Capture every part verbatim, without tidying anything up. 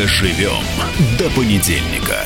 Доживем до понедельника.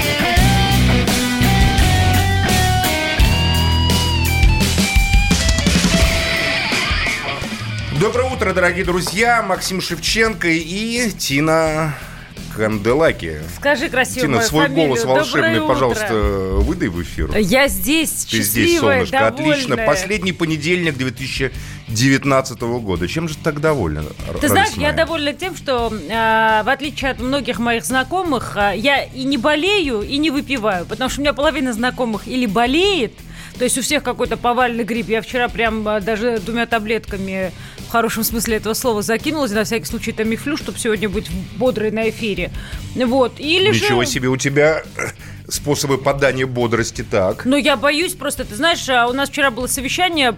Доброе утро, дорогие друзья. Максим Шевченко и Тина Канделаки. Скажи красиво Тина, мою свой фамилию. голос волшебный, Доброе пожалуйста, утро. выдай в эфир. Я здесь, Ты счастливая, здесь, солнышко, довольная. отлично. Последний понедельник две тысячи девятнадцатого года. Чем же ты так довольна? Ты знаешь, я довольна тем, что э, в отличие от многих моих знакомых, э, я и не болею, и не выпиваю, потому что у меня половина знакомых или болеет, то есть у всех какой-то повальный грипп. Я вчера прям даже двумя таблетками, в хорошем смысле этого слова, закинулась, на всякий случай тамифлю, чтобы сегодня быть бодрой на эфире. Вот. Или Ничего же... себе, у тебя способы подания бодрости, так. Ну, я боюсь просто, ты знаешь, у нас вчера было совещание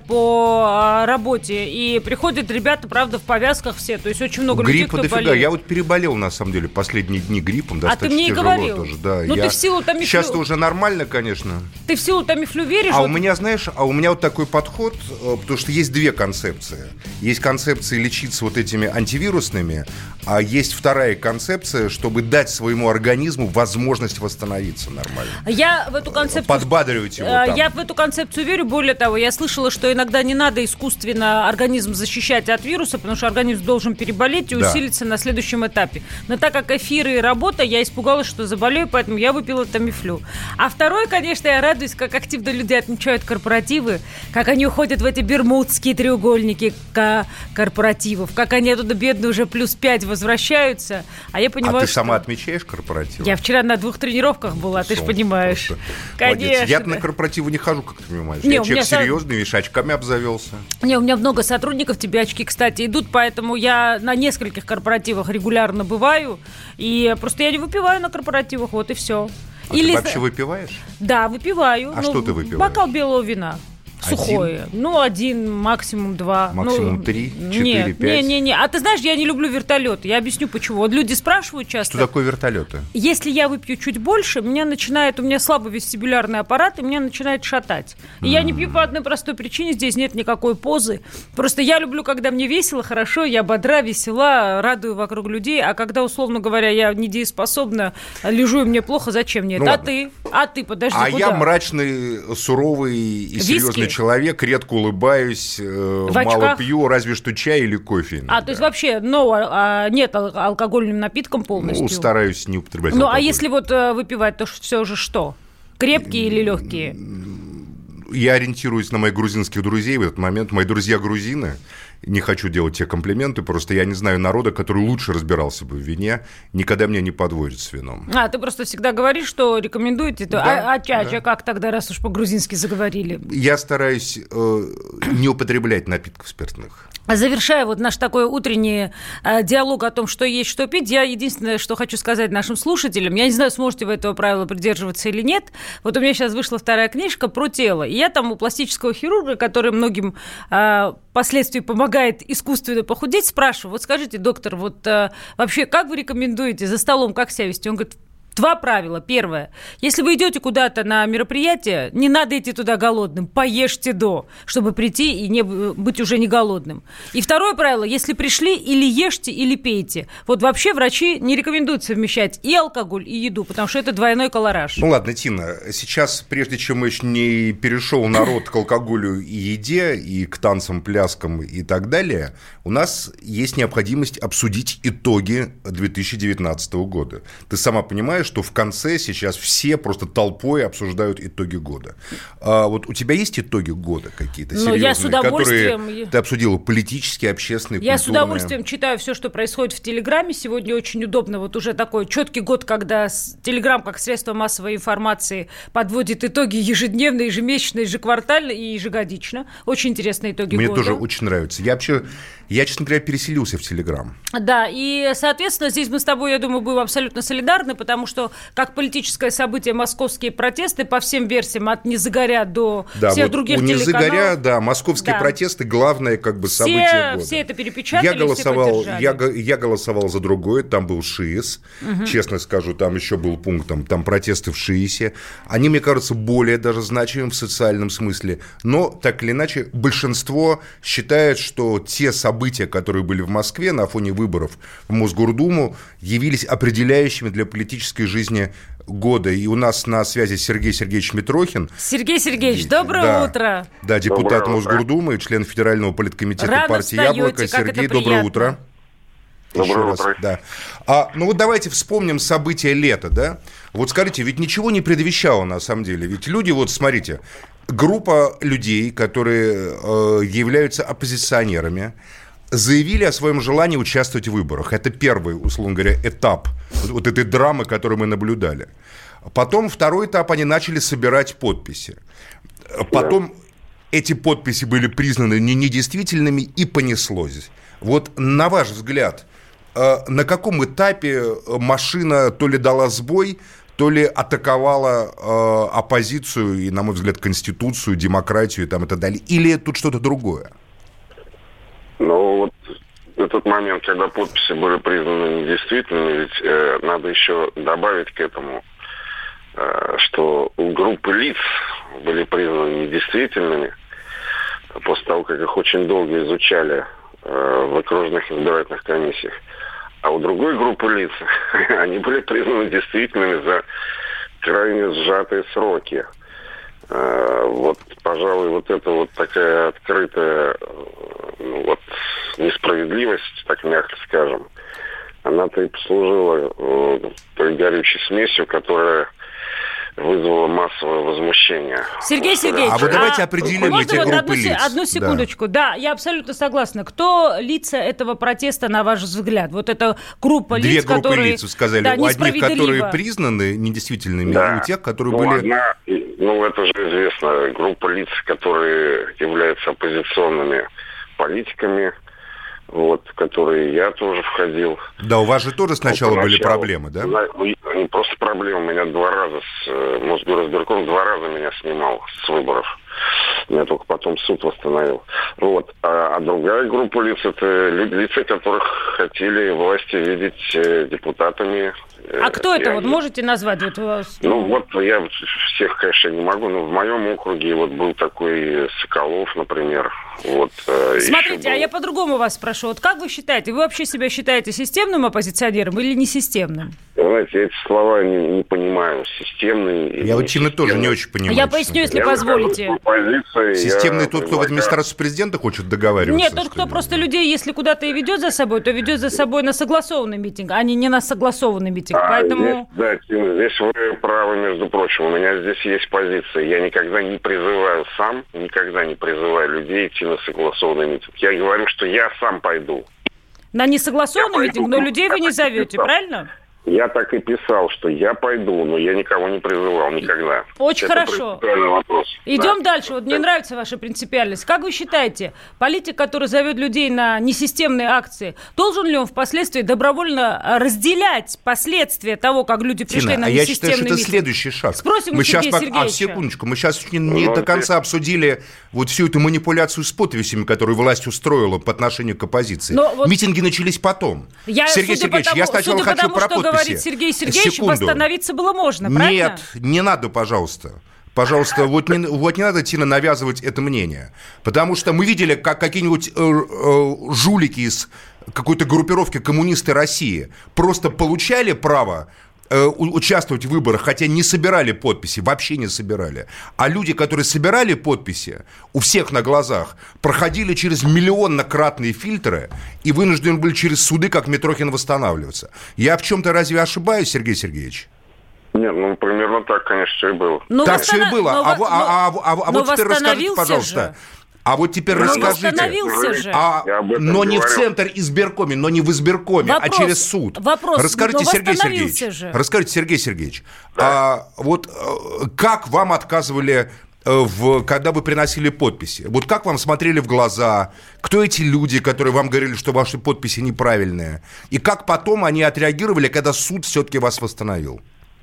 по работе, и приходят ребята, правда, в повязках все, то есть очень много людей, Гриппа кто дофига. болеет. Я вот переболел, на самом деле, последние дни гриппом, достаточно А ты мне и тяжело говорил. тоже. Да, ну, я... ты в силу тамифлю... Сейчас-то уже нормально, конечно. Ты в силу тамифлю веришь? А вот... у меня, знаешь, а у меня вот такой подход, потому что есть две концепции. Есть концепция лечиться вот этими антивирусными, а есть вторая концепция, чтобы дать своему организму возможность восстановиться нормально. Я в эту концепцию... Подбадривать его там. Я в эту концепцию верю. Более того, я слышала, что иногда не надо искусственно организм защищать от вируса, потому что организм должен переболеть и Да. усилиться на следующем этапе. Но так как эфиры и работа, я испугалась, что заболею, поэтому я выпила тамифлю. А второе, конечно, я радуюсь, как активно люди отмечают корпоративы, как они уходят в эти бермудские треугольники корпоративов, как они оттуда, бедные, уже плюс пять возвращаются. А я понимаю, А ты что... сама отмечаешь корпоративы? Я вчера на двух тренировках была, ты же понимаешь. Просто. Конечно. Молодец. Я на корпоративы не хожу, как ты понимаешь. Не, я у человек меня серьезный, видишь, очками обзавелся. Не, у меня много сотрудников, тебе очки, кстати, идут, поэтому я на нескольких корпоративах регулярно бываю, и просто я не выпиваю на корпоративах, вот и все. А Или... ты вообще выпиваешь? Да, выпиваю. А ну, что ты выпиваешь? Бокал белого вина. Сухое. Один? Ну, один, максимум два. Максимум ну, три, четыре, нет, пять? Не, не, не. А ты знаешь, я не люблю вертолеты. Я объясню, почему. Вот люди спрашивают часто. Что такое вертолеты? Если я выпью чуть больше, меня начинает, у меня слабый вестибулярный аппарат, и меня начинает шатать. И mm. я не пью по одной простой причине, здесь нет никакой позы. Просто я люблю, когда мне весело, хорошо, я бодра, весела, радую вокруг людей, а когда, условно говоря, я недееспособна, лежу и мне плохо, зачем мне ну, это? А ладно. ты? А ты, подожди, А куда? я мрачный, суровый и Виски? серьезный человек, редко улыбаюсь, э, мало пью, разве что чай или кофе иногда. А, то есть вообще no, а, нет ал- алкогольным напитком полностью? Ну, стараюсь не употреблять Ну, алкоголь. а если вот э, выпивать, то все же что? Крепкие или легкие? Я ориентируюсь на моих грузинских друзей в этот момент. Мои друзья грузины. Не хочу делать тебе комплименты, просто я не знаю народа, который лучше разбирался бы в вине, никогда меня не подводит с вином. А, ты просто всегда говоришь, что рекомендуете. Да, а а чача да. как тогда, раз уж по-грузински заговорили? Я стараюсь э, не употреблять напитков спиртных. Завершая вот наш такой утренний э, диалог о том, что есть, что пить, я единственное, что хочу сказать нашим слушателям, я не знаю, сможете вы этого правила придерживаться или нет, вот у меня сейчас вышла вторая книжка про тело, и я там у пластического хирурга, который многим э, впоследствии помогает искусственно похудеть, спрашиваю, вот скажите, доктор, вот э, вообще как вы рекомендуете за столом, как себя вести? Он говорит, два правила. Первое. Если вы идете куда-то на мероприятие, не надо идти туда голодным. Поешьте до, чтобы прийти и не быть уже не голодным. И второе правило. Если пришли, или ешьте, или пейте. Вот вообще врачи не рекомендуют совмещать и алкоголь, и еду, потому что это двойной колораж. Ну ладно, Тина, сейчас, прежде чем еще не перешел народ к алкоголю и еде, и к танцам, пляскам и так далее, у нас есть необходимость обсудить итоги две тысячи девятнадцатого года. Ты сама понимаешь, что в конце сейчас все просто толпой обсуждают итоги года. А вот у тебя есть итоги года какие-то серьезные, ну, я с удовольствием... которые ты обсудила, политические, общественные, Я культурные? с удовольствием читаю все, что происходит в Телеграме. Сегодня очень удобно. Вот уже такой четкий год, когда Телеграм как средство массовой информации подводит итоги ежедневно, ежемесячно, ежеквартально и ежегодично. Очень интересные итоги Мне года. тоже очень нравится. Я вообще, я, честно говоря, переселился в Телеграм. Да, и, соответственно, здесь мы с тобой, я думаю, будем абсолютно солидарны, потому что что как политическое событие московские протесты по всем версиям от «Не-Загоря» до да, всех вот других у телеканалов. «Не-Загоря», да, московские да. протесты — главное как бы все, событие года. Все это перепечатали, я голосовал, все я, я голосовал за другое, там был ШИС, угу. честно скажу, там еще был пункт, там, там протесты в ШИИСе. Они, мне кажется, более даже значимым в социальном смысле. Но, так или иначе, большинство считает, что те события, которые были в Москве на фоне выборов в Мосгордуму, явились определяющими для политической жизни года. И у нас на связи Сергей Сергеевич Митрохин. Сергей Сергеевич, доброе да, утро. Да, депутат Мосгордумы, член Федерального политкомитета Рано партии встаете, «Яблоко». Сергей, доброе утро. Доброе Еще утро. Раз, да. А, ну вот давайте вспомним события лета, да? Вот скажите, ведь ничего не предвещало на самом деле. Ведь люди, вот смотрите, группа людей, которые э, являются оппозиционерами, заявили о своем желании участвовать в выборах. Это первый, условно говоря, этап вот, вот этой драмы, которую мы наблюдали. Потом второй этап, они начали собирать подписи. Потом эти подписи были признаны недействительными и понеслось. Вот на ваш взгляд, на каком этапе машина то ли дала сбой, то ли атаковала э, оппозицию и, на мой взгляд, конституцию, демократию и, там, и так далее? Или тут что-то другое? Ну, вот этот момент, когда подписи были признаны недействительными, ведь э, надо еще добавить к этому, э, что у группы лиц были признаны недействительными после того, как их очень долго изучали э, в окружных избирательных комиссиях. А у другой группы лиц они были признаны действительными за крайне сжатые сроки. Вот, пожалуй, вот это вот такая открытая ну, вот, несправедливость, так мягко скажем, она-то и послужила э, той горючей смесью, которая вызвало массовое возмущение. Сергей Сергеевич, а вот давайте определим а эти вот группы одну, лиц. Одну секундочку. Да. да, я абсолютно согласна. Кто лица этого протеста, на ваш взгляд? Вот эта группа Две лиц, группы которые... лиц, вы сказали. Да, у одних, которые признаны недействительными, да. и у тех, которые ну, были... Одна, ну, это же известно. Группа лиц, которые являются оппозиционными политиками, вот, в которые я тоже входил. Да, у вас же тоже сначала вот, были проблемы, да? Не просто проблемы. Меня два раза, с Мосгоризбирком два раза меня снимал с выборов. Меня только потом суд восстановил. Вот. А, а другая группа лиц, это лица, которых хотели власти видеть депутатами. А кто это? они... Вот можете назвать? Вот вас... Ну, вот я всех, конечно, не могу, но в моем округе вот был такой Соколов, например. Вот, Смотрите, был... а я по-другому вас спрошу. Вот как вы считаете, вы вообще себя считаете системным оппозиционером или несистемным? Знаете, я эти слова не, не понимаю. Системный... Я вот честно тоже не очень понимаю. Я поясню, если я позволите. Позиции, Системный тот, кто в администрацию президента хочет договариваться? Нет, тот, кто ли? просто людей, если куда-то и ведет за собой, то ведет за собой на согласованный митинг, а не, не на согласованный митинг. А, Поэтому... Здесь, да, Тина, здесь вы правы, между прочим. У меня здесь есть позиция. Я никогда не призываю сам, никогда не призываю людей идти на согласованный митинг. Я говорю, что я сам пойду. На несогласованный митинг, но людей вы не зовете, писал. правильно? Я так и писал, что я пойду, но я никого не призывал, никогда. Очень Это хорошо. принципиальный вопрос. Идем да. дальше. Вот мне нравится ваша принципиальность. Как вы считаете, политик, который зовет людей на несистемные акции, должен ли он впоследствии добровольно разделять последствия того, как люди пришли Тина, на а несистемный я считаю, что это митинг? следующий шаг. Спросим мы у Сергея сейчас, Сергеевича. А, секундочку, мы сейчас не, не ну, до конца ты... обсудили вот всю эту манипуляцию с подписями, которую власть устроила по отношению к оппозиции. Вот Митинги начались потом. Я, Сергей Сергеевич, потому, я сначала судя хочу потому, про что подписи. Говорит Сергей Сергеевич, Секунду. Восстановиться было можно, правильно? Нет, не надо, пожалуйста. Пожалуйста, вот не, вот не надо, Тина, навязывать это мнение. Потому что мы видели, как какие-нибудь э, э, жулики из какой-то группировки «Коммунисты России» просто получали право э, участвовать в выборах, хотя не собирали подписи, вообще не собирали. А люди, которые собирали подписи, у всех на глазах, проходили через миллионнократные фильтры и вынуждены были через суды, как Митрохин, восстанавливаться. Я в чем-то разве ошибаюсь, Сергей Сергеевич? Нет, ну, примерно так, конечно, все и было. Но так восстана... все и было. Но, а, но, а, а, а, а вот теперь расскажите, пожалуйста. Же. А вот теперь но расскажите, же. А, но не в Центр избиркоме, но не в избиркоме, вопрос, а через суд. Вопрос, расскажите, Сергей Сергеевич, же. расскажите, Сергей Сергеевич, да. а, вот как вам отказывали, в, когда вы приносили подписи? Вот как вам смотрели в глаза? Кто эти люди, которые вам говорили, что ваши подписи неправильные? И как потом они отреагировали, когда суд все-таки вас восстановил?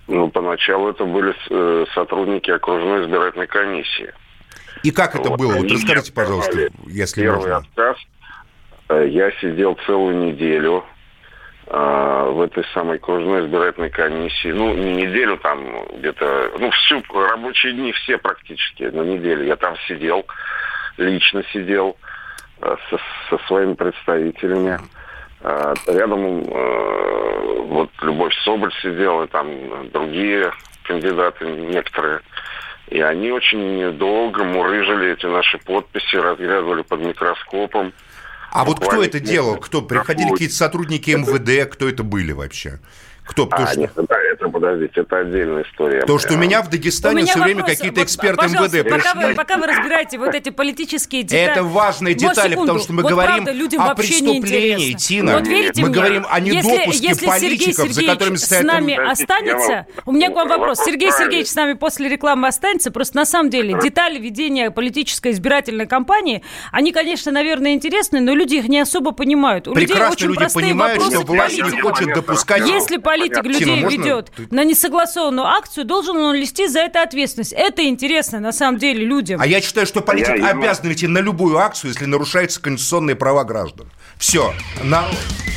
Ну, поначалу это были э, сотрудники окружной избирательной комиссии. И как это вот, было? Вот расскажите, пожалуйста, если Первый можно. отказ. Э, я сидел целую неделю э, в этой самой окружной избирательной комиссии. Ну, не неделю, там где-то... Ну, всю рабочие дни все практически на неделю. Я там сидел, лично сидел э, со, со своими представителями. Э, рядом э, вот Любовь Соболь сидела, и там другие кандидаты некоторые. И они очень долго мурыжили эти наши подписи, разглядывали под микроскопом. А вот кто это делал? Кто? Приходили какие-то сотрудники эм вэ дэ? Кто это были вообще? Кто? Потому А, что... нет, это, это, подождите, это отдельная история. Потому что у меня в Дагестане все время вопрос. какие-то Вот, эксперты эм вэ дэ пока пришли. вы, пока вы разбираете вот эти политические детали. Это важные Вот детали, секунду. потому что мы Вот говорим правда, людям о вообще не преступлении, интересно. Тина. Вот верите Мы мне, говорим о недопуске если, если политиков, Сергей за которыми Сергеевич стоят... с нами Подождите, останется... я вам- У меня к вам вопрос. вопрос Сергей правильный. Сергеевич с нами после рекламы останется. Просто на самом деле детали ведения политической избирательной кампании, они, конечно, наверное, интересны, но люди их не особо понимают. У людей Прекрасно очень люди простые понимают, вопросы что к власть не политику. хочет допускать... Если политик Понятно. людей Тина, можно? ведет на несогласованную акцию, должен он нести за это ответственность. Это интересно, на самом деле, людям. А я считаю, что политик Я- я- обязан идти на любую акцию, если нарушаются конституционные права граждан. Все. Народ.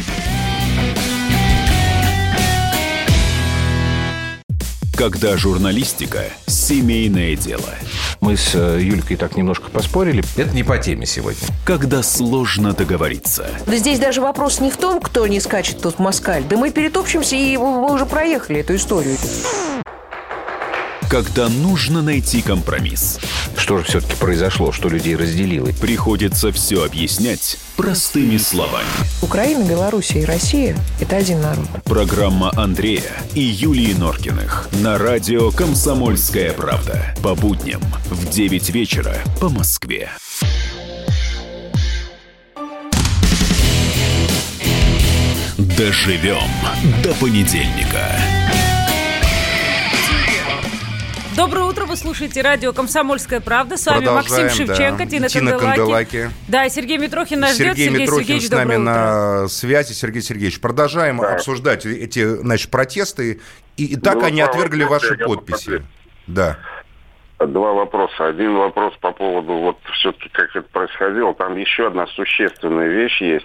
Когда журналистика – семейное дело. Мы с э, Юлькой так немножко поспорили. Это не по теме сегодня. Когда сложно договориться. Да здесь даже вопрос не в том, кто не скачет тут москаль. Да мы перетопчемся, и мы уже проехали эту историю. Когда нужно найти компромисс. Что же все-таки произошло, что людей разделило? Приходится все объяснять простыми словами. Украина, Белоруссия и Россия – это один народ. Программа Андрея и Юлии Норкиных на радио «Комсомольская правда». По будням в девять вечера по Москве. Доживем до понедельника. Доброе утро, вы слушаете радио «Комсомольская правда». С вами Максим Шевченко, да. Тина, Тина Канделаки. Канделаки. Да, и Сергей Митрохин нас ждет. Сергей Сергей Митрохин Сергеевич, с нами доброе утро. на связи. Сергей Сергеевич, продолжаем Да. обсуждать эти, значит, протесты. И, и так Ну, они да, отвергли вот ваши я подписи. посмотрю. Да. Два вопроса. Один вопрос по поводу вот все-таки как это происходило. Там еще одна существенная вещь есть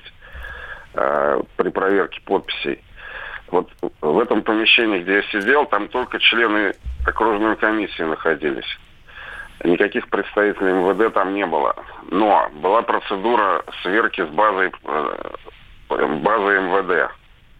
э, при проверке подписей. Вот в этом помещении, где я сидел, там только члены окружной комиссии находились. Никаких представителей эм вэ дэ там не было. Но была процедура сверки с базой, э, базой эм вэ дэ.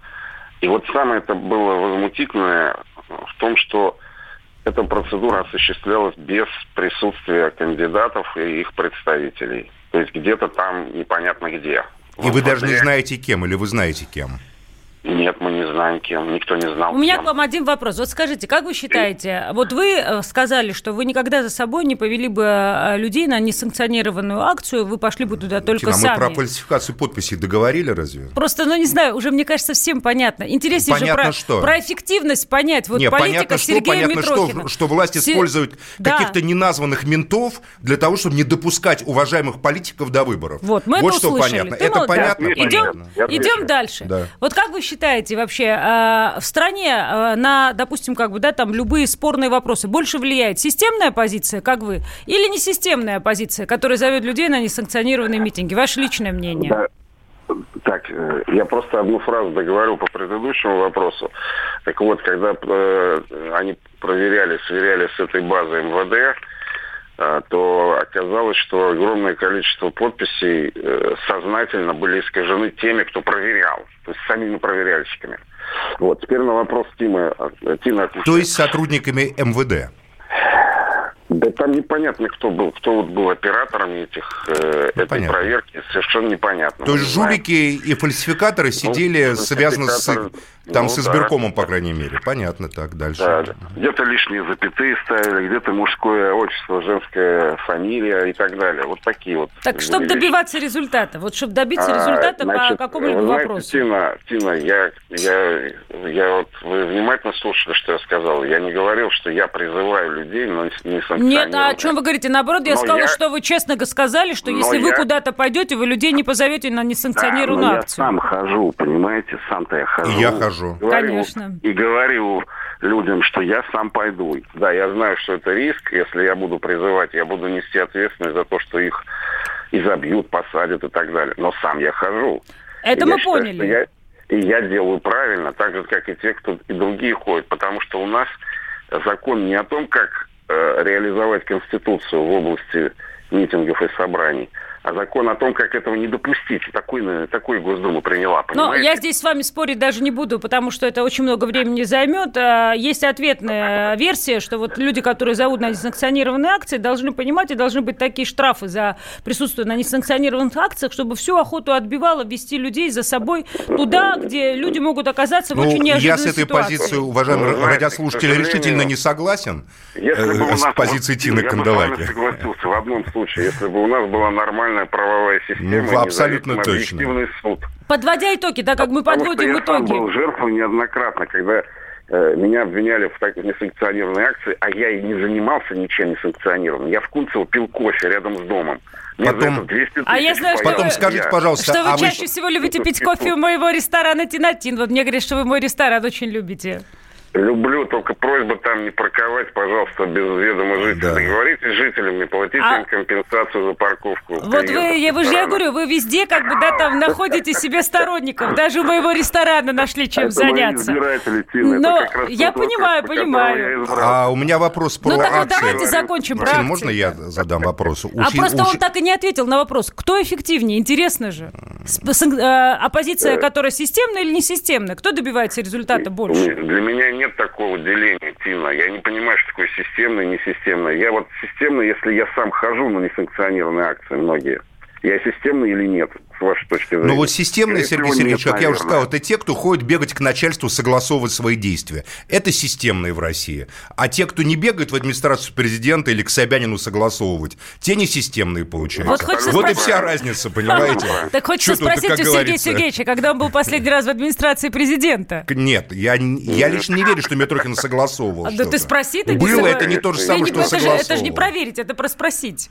И вот самое это было возмутительное в том, что эта процедура осуществлялась без присутствия кандидатов и их представителей. То есть где-то там непонятно где. И вы даже не знаете кем, или вы знаете кем? Нет, мы не знаем кем, никто не знал У меня кем. к вам один вопрос. Вот скажите, как вы считаете, вот вы э, сказали, что вы никогда за собой не повели бы э, людей на несанкционированную акцию, вы пошли бы туда только Тина, сами. мы про фальсификацию подписей договорили разве? Просто, ну, не знаю, уже, мне кажется, всем понятно. Интереснее Понятно, же про, что? про эффективность понять. Вот Не, политика понятно, что, Сергея понятно, Митрохина. что, что власть Се- использует Да. каких-то неназванных ментов для того, чтобы не допускать уважаемых политиков до выборов. Вот, мы вот это что услышали. понятно. Ты Это молодец. понятно? Идем, понятно. Я идем отвечу. дальше. Да. Вот как вы считаете вообще, э, в стране э, на, допустим, как бы, да, там любые спорные вопросы больше влияет системная позиция, как вы, или не системная позиция, которая зовет людей на несанкционированные митинги? Ваше личное мнение. Да. Так, э, я просто одну фразу договорю по предыдущему вопросу. Так вот, когда э, они проверяли, сверяли с этой базой эм вэ дэ, э, то оказалось, что огромное количество подписей э, сознательно были искажены теми, кто проверял, то есть самими проверяльщиками. Вот, теперь на вопрос Тимы. Тина отвечает. То есть сотрудниками эм вэ дэ? Да там непонятно, кто был. Кто вот был оператором этих, э, этой понятно. проверки, совершенно непонятно. То Мы есть не знаем. жулики и фальсификаторы сидели Ну, связаны с, фальсификаторы, там, ну, с да. избиркомом, по крайней мере. Понятно, так, дальше. Да, да. Где-то лишние запятые ставили, где-то мужское отчество, женская фамилия и так далее. Вот такие вот. Так, чтобы вещи. добиваться результата, вот чтобы добиться А, результата значит, по какому-либо вы знаете, вопросу. Тина, Тина, я, я, я вот, вы внимательно слушали, что я сказал. Я не говорил, что я призываю людей, но не санкционирую. Нет, а о чем вы говорите? Наоборот, я Но сказала, я- что вы честно сказали, что Но если вы я- куда-то пойдете, вы людей не позовете на Да, несанкционированную но акцию. я сам хожу, понимаете, сам-то я хожу. И я хожу. Говорю- Конечно. И говорю людям, что я сам пойду. Да, я знаю, что это риск. Если я буду призывать, я буду нести ответственность за то, что их изобьют, посадят и так далее. Но сам я хожу. Это и мы я считаю, поняли. Что я, и я делаю правильно, так же, как и те, кто и другие ходят. Потому что у нас закон не о том, как э, реализовать Конституцию в области митингов и собраний, а закон о том, как этого не допустить. Такой, такой Госдума приняла, понимаете? Но я здесь с вами спорить даже не буду, потому что это очень много времени займет. Есть ответная версия, что вот люди, которые зовут на несанкционированные акции, должны понимать, и должны быть такие штрафы за присутствие на несанкционированных акциях, чтобы всю охоту отбивало вести людей за собой туда, где люди могут оказаться в ну, очень неожиданной я с этой ситуации. позицией, уважаемый Знаете, радиослушатель, решительно не согласен если бы у э, с нас, позицией вот, Тины я Канделаки. Я бы с вами согласился в одном случае, если бы у нас была нормальная правовая система, ну, абсолютно точно. Объективный суд. Подводя итоги, так как мы подводим Потому что я итоги. сам был жертвой неоднократно, когда э, меня обвиняли в такой несанкционированной акции, а я и не занимался ничем несанкционированным. Я в Кунцево пил кофе рядом с домом. Мне Потом- за это двести тысяч А я знаю, что Потом вы- скажите, я- пожалуйста, Что вы а чаще всего любите пить кофе у моего ресторана «Тинатин». Вот мне говорят, что вы мой ресторан очень любите. Люблю, только просьба там не парковать, пожалуйста, без ведома жителей. Да. Договоритесь с жителями, платите А- им компенсацию за парковку. Вот вы, я, вы же, я говорю, вы везде как бы, да, там находите себе сторонников. Даже у моего ресторана нашли чем Это мои заняться. избиратели, Тина, это Но как раз я тот понимаю, вопрос, по понимаю. которому я избрал. А у меня вопрос про Ну так вот акции. давайте закончим про Тина, акции. можно я задам вопрос? А Уж- просто уж- он так и не ответил на вопрос, кто эффективнее, интересно же. С- сан- э, оппозиция, которая системная или несистемная? Кто добивается результата больше? Для меня нет такого деления, Тина. Я не понимаю, что такое системное и несистемное. Я вот системный, если я сам хожу на несанкционированные акции многие. Я системный или нет, с вашей точки зрения? Ну вот системные, Скорее Сергей всего, Сергеевич, нет, как я уже наверное. сказал, это те, кто ходит бегать к начальству, согласовывать свои действия. Это системные в России. А те, кто не бегает в администрацию президента или к Собянину согласовывать, те не системные получаются. Вот хочется Вот и спросить- вся разница, понимаете? Так хочется Чё тут, спросить как у Сергея говорится? Сергеевича, когда он был последний раз в администрации президента? Нет, я, я лично не верю, что Митрохин согласовывал Да что-то. ты спроси, ты не Было, согла- это не то же Ты самое, не- что это же- согласовывал. Это же не проверить, это про спросить.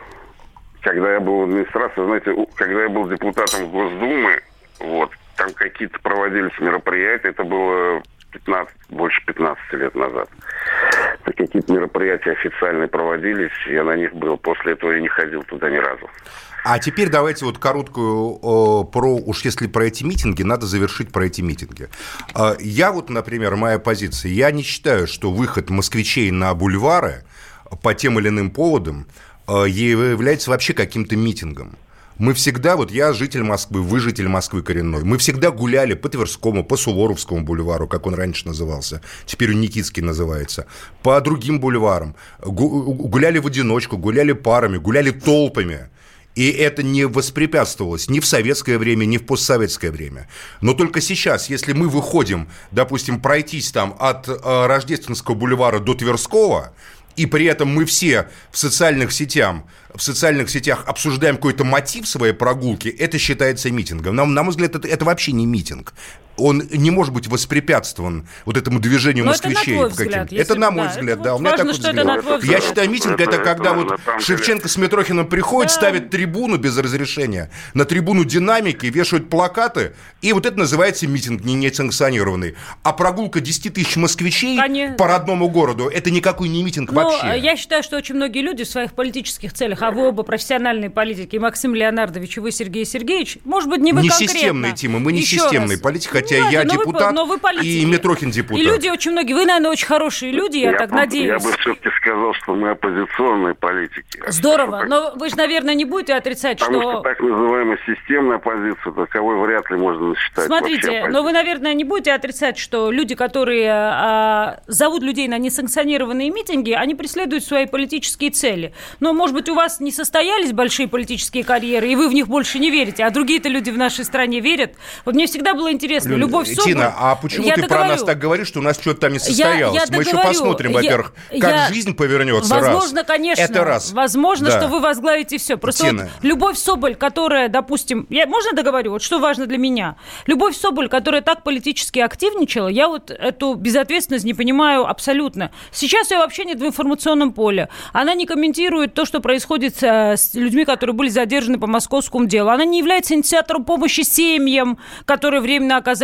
Когда я был в администрации, знаете, у- когда я был депутатом Госдумы, вот, там какие-то проводились мероприятия, это было пятнадцать, больше пятнадцати лет назад. Это какие-то мероприятия официальные проводились, я на них был. После этого я не ходил туда ни разу. А теперь давайте вот короткую э, про, уж если про эти митинги, надо завершить про эти митинги. Э, я вот, например, моя позиция, я не считаю, что выход москвичей на бульвары по тем или иным поводам э, является вообще каким-то митингом. Мы всегда, вот я житель Москвы, вы житель Москвы коренной, мы всегда гуляли по Тверскому, по Суворовскому бульвару, как он раньше назывался, теперь он Никитский называется, по другим бульварам, гу- гуляли в одиночку, гуляли парами, гуляли толпами. И это не воспрепятствовалось ни в советское время, ни в постсоветское время. Но только сейчас, если мы выходим, допустим, пройтись там от э, Рождественского бульвара до Тверского, и при этом мы все в социальных сетях, в социальных сетях обсуждаем какой-то мотив своей прогулки, это считается митингом. На, на мой взгляд, это, это вообще не митинг. Он не может быть воспрепятствован вот этому движению Но москвичей. это на твой взгляд, Это если- на мой да, взгляд, это да. вот У меня важно, такой что это взгляд. на твой Я взгляд. считаю, митинг это, Это- когда это вот на самом деле- Шевченко с Митрохиным приходит, Да. ставит трибуну без разрешения, на трибуну динамики, вешают плакаты, и вот это называется митинг не несанкционированный. А прогулка десять тысяч москвичей Конечно. по родному городу, это никакой не митинг Но вообще. я считаю, что очень многие люди в своих политических целях, а вы оба профессиональные политики, и Максим Леонардович, и вы, Сергей Сергеевич, может быть, не вы Не конкретно. системные, Тима, мы не Еще системные раз. политики, хотя Ну, я ладно, но вы- депутат, но вы политики. и Митрохин депутат. И люди очень многие, вы, наверное, очень хорошие люди, я, так бы- надеюсь. Я бы все-таки сказал, что мы оппозиционные политики. Здорово, Так- но вы же, наверное, не будете отрицать, Потому что что... так называемая системная оппозиция, таковой вряд ли можно считать. Смотрите, вообще но вы, наверное, не будете отрицать, что люди, которые а, зовут людей на несанкционированные митинги, они преследуют свои политические цели. Но, может быть, у вас не состоялись большие политические карьеры, и вы в них больше не верите, а другие-то люди в нашей стране верят. Вот мне всегда было интересно. Люль, Любовь Соболь... Тина, а почему Я ты про договорю. нас так говоришь, что у нас что-то там не Я- состоялось? я Мы еще договорю. посмотрим, Я- во-первых, как я- жизнь повернется, раз. Возможно, конечно. Это раз. Возможно, Да. что вы возглавите все. Просто Тина. вот Любовь Соболь, которая, допустим... Я, можно договорю? Вот что важно для меня? Любовь Соболь, которая так политически активничала, я вот эту безответственность не понимаю абсолютно. Сейчас ее вообще нет в информационном поле. Она не комментирует то, что происходит э, с людьми, которые были задержаны по московскому делу. Она не является инициатором помощи семьям, которые временно оказались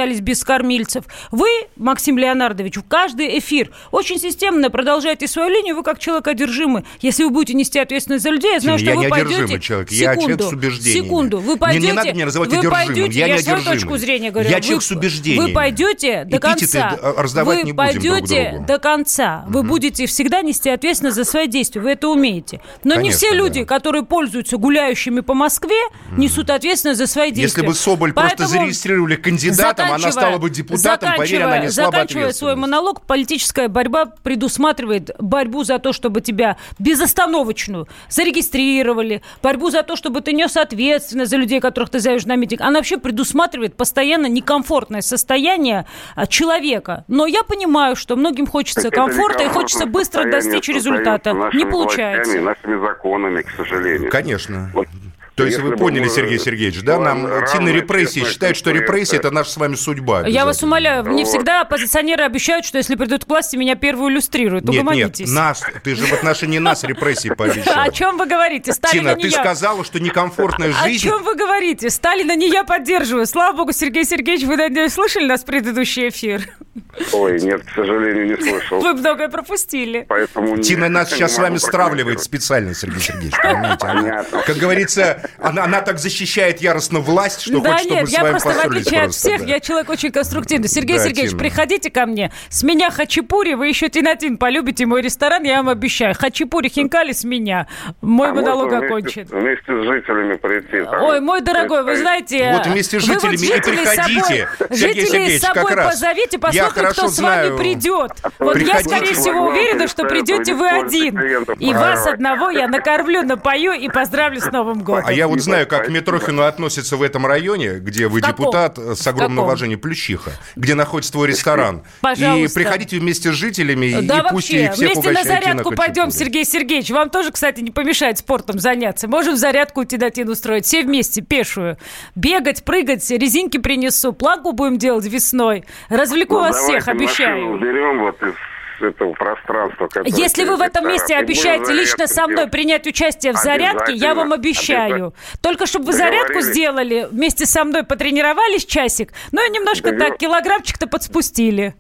оказались без кормильцев. Вы, Максим Леонардович, в каждый эфир очень системно продолжаете свою линию, вы как человек одержимый. Если вы будете нести ответственность за людей, я знаю, Тина, что я вы не пойдете... человек, секунду, я человек с убеждениями. Секунду, вы пойдете... Не, не надо меня называть вы одержимым, пойдете, я не я одержимый. свою точку зрения говорю. Я вы, человек с убеждениями. Вы пойдете до конца. раздавать вы не будем пойдете друг другу. до конца. Вы угу. будете всегда нести ответственность за свои действия. Вы это умеете. Но Конечно, не все люди, да. которые пользуются гуляющими по Москве, несут ответственность за свои действия. Если бы Соболь Поэтому, просто зарегистрировали кандидатом, она стала бы депутатом, поверь, она не слабо Заканчивая свой монолог, политическая борьба предусматривает борьбу за то, чтобы тебя безостановочную зарегистрировали, борьбу за то, чтобы ты нес ответственность за людей, которых ты зовешь на митинг. Она вообще предусматривает постоянно некомфортное состояние человека. Но я понимаю, что многим хочется так комфорта и хочется быстро достичь результата. Не получается. Нашими законами, к сожалению. Конечно. Вот. То есть вы поняли, Сергей Сергеевич, да? Нам Тина репрессии считает, что репрессии – это наша с вами судьба. Я вас умоляю, не всегда оппозиционеры обещают, что если придут к власти, меня первую иллюстрируют. Нет, нет, нас, ты же в отношении нас репрессии пообещал. О чем вы говорите? Сталина Тина, ты сказала, что некомфортная жизнь… О чем вы говорите? Сталина не я поддерживаю. Слава богу, Сергей Сергеевич, вы, надеюсь, слышали нас предыдущий эфир? Ой, нет, к сожалению, не слышал. Вы многое пропустили. Поэтому Тина нас сейчас с вами стравливает специально, Сергей Сергеевич, понимаете? Она, как говорится, она, она так защищает яростно власть, что да хочет, нет, чтобы мы с вами поссорились. Да нет, я просто, в отличие от всех, да. я человек очень конструктивный. Сергей да, Сергеевич, Тина. приходите ко мне. С меня хачапури, вы еще тинатин полюбите мой ресторан, я вам обещаю. Хачапури, хинкали с меня. Мой а монолог вместе, окончен. Вместе с жителями прийти. Там, Ой, мой дорогой, вы знаете... Вот вместе с жителями вот и приходите, собой, Сергей Жителей с собой позовите, посмотрим, кто с вами придет. Вот Приходите. я, скорее всего, уверена, что придете вы один. И вас одного я накормлю, напою и поздравлю с Новым годом. А я вот знаю, как к Митрохину относится в этом районе, где вы депутат с огромным уважением, Плющиха, где находится твой ресторан. Пожалуйста. И приходите вместе с жителями, да и вообще, пусть их всех вместе на зарядку на пойдем, Сергей Сергеевич. Вам тоже, кстати, не помешает спортом заняться. Можем зарядку тинатин устроить. Все вместе, пешую. Бегать, прыгать, резинки принесу. Планку будем делать весной. Развлеку ну, вас всех, обещаю. Берем вот из этого пространства. Если вы в этом месте обещаете лично со мной принять участие в зарядке, я вам обещаю. Только чтобы вы зарядку сделали, вместе со мной потренировались часик, ну и немножко так, килограммчик-то подспустили.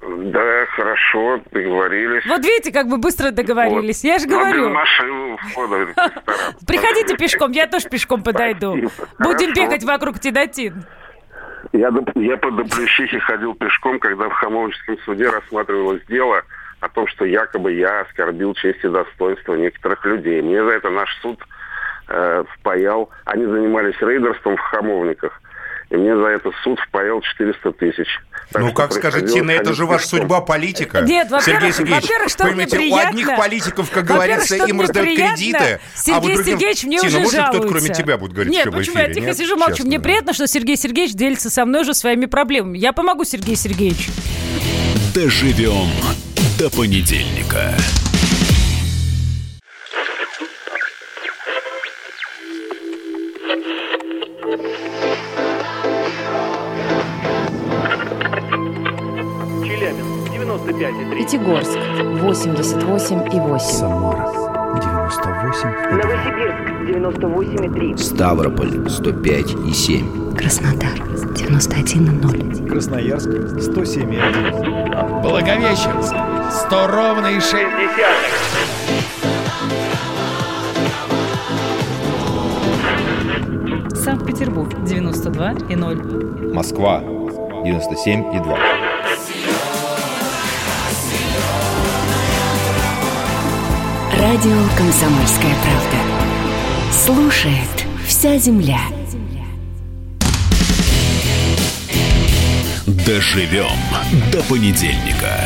Да, хорошо, договорились. Вот видите, как бы быстро договорились. Вот. Я же говорю. Машину входа. Приходите пешком, я тоже пешком подойду. Будем бегать вокруг тинатин. Я, я по Доплющихе ходил пешком, когда в Хамовническом суде рассматривалось дело о том, что якобы я оскорбил честь и достоинство некоторых людей. Мне за это наш суд э, впаял. Они занимались рейдерством в Хамовниках. И мне за это суд впаял четыреста тысяч. Так ну, как скажет Тина, это же ваша судьба политика. Нет, Сергей Сергеевич, во-первых, что понимаете, мне у одних политиков, как говорится, им раздают кредиты, Сергей а вот другим... Сергеевич мне Тина, уже может, жалуется. кто-то кроме тебя будет говорить Нет, еще в эфире? Нет, почему? Я тихо сижу, молчу. Честно, мне да. приятно, что Сергей Сергеевич делится со мной уже своими проблемами. Я помогу Сергею Сергеевичу. Доживем до понедельника. Пятигорск восемьдесят восемь и восемь. Самара девяносто восемь и два. Новосибирск девяносто восемь и три. Ставрополь сто пять и семь. Краснодар девяносто один и ноль. Красноярск сто семь и один. Благовещенск сто ровно и шесть десятых. Санкт-Петербург девяносто два и ноль. Москва девяносто семь и два. Радио «Комсомольская правда». Слушает вся земля. Доживем до понедельника.